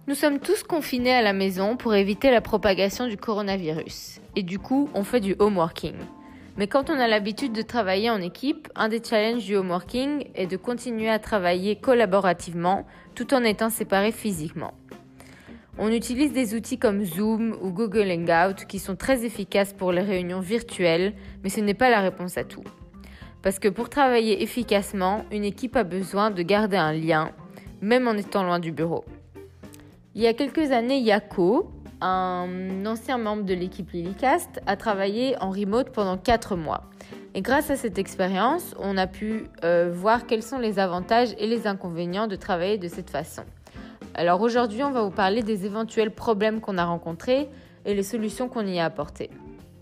Nous sommes tous confinés à la maison pour éviter la propagation du coronavirus. Et du coup, on fait du home working. Mais quand on a l'habitude de travailler en équipe, un des challenges du home working est de continuer à travailler collaborativement tout en étant séparés physiquement. On utilise des outils comme Zoom ou Google Hangout qui sont très efficaces pour les réunions virtuelles, mais ce n'est pas la réponse à tout. Parce que pour travailler efficacement, une équipe a besoin de garder un lien, même en étant loin du bureau. Il y a quelques années, Yako, un ancien membre de l'équipe Lilycast, a travaillé en remote pendant 4 mois. Et grâce à cette expérience, on a pu voir quels sont les avantages et les inconvénients de travailler de cette façon. Alors aujourd'hui, on va vous parler des éventuels problèmes qu'on a rencontrés et les solutions qu'on y a apportées.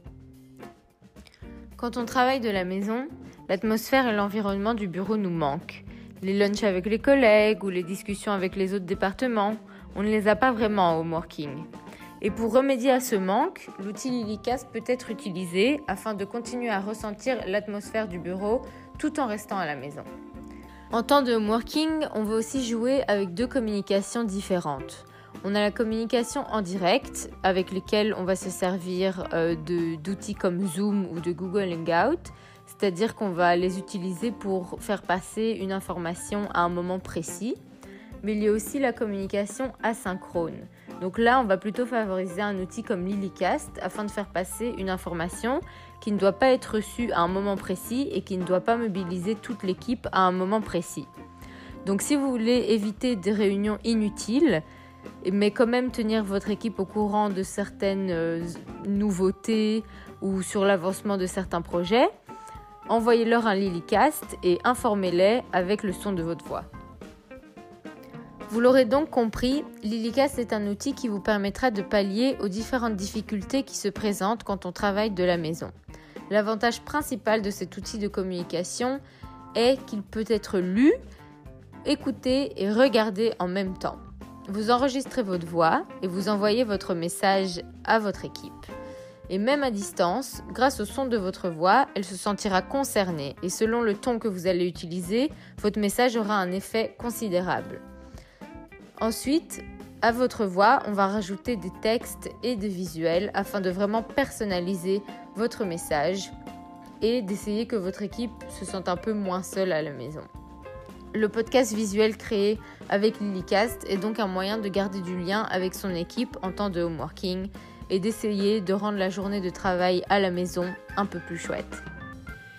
Quand on travaille de la maison, l'atmosphère et l'environnement du bureau nous manquent. Les lunchs avec les collègues ou les discussions avec les autres départements, on ne les a pas vraiment en home working. Et pour remédier à ce manque, l'outil Lilycast peut être utilisé afin de continuer à ressentir l'atmosphère du bureau tout en restant à la maison. En temps de home working, on va aussi jouer avec 2 communications différentes. On a la communication en direct, avec lesquelles on va se servir d'outils comme Zoom ou de Google Hangout, c'est-à-dire qu'on va les utiliser pour faire passer une information à un moment précis. Mais il y a aussi la communication asynchrone. Donc là, on va plutôt favoriser un outil comme Lilycast afin de faire passer une information qui ne doit pas être reçue à un moment précis et qui ne doit pas mobiliser toute l'équipe à un moment précis. Donc si vous voulez éviter des réunions inutiles, mais quand même tenir votre équipe au courant de certaines nouveautés ou sur l'avancement de certains projets, envoyez-leur un Lilycast et informez-les avec le son de votre voix. Vous l'aurez donc compris, Lilycast est un outil qui vous permettra de pallier aux différentes difficultés qui se présentent quand on travaille de la maison. L'avantage principal de cet outil de communication est qu'il peut être lu, écouté et regardé en même temps. Vous enregistrez votre voix et vous envoyez votre message à votre équipe. Et même à distance, grâce au son de votre voix, elle se sentira concernée et selon le ton que vous allez utiliser, votre message aura un effet considérable. Ensuite, à votre voix, on va rajouter des textes et des visuels afin de vraiment personnaliser votre message et d'essayer que votre équipe se sente un peu moins seule à la maison. Le podcast visuel créé avec Lilycast est donc un moyen de garder du lien avec son équipe en temps de home working et d'essayer de rendre la journée de travail à la maison un peu plus chouette.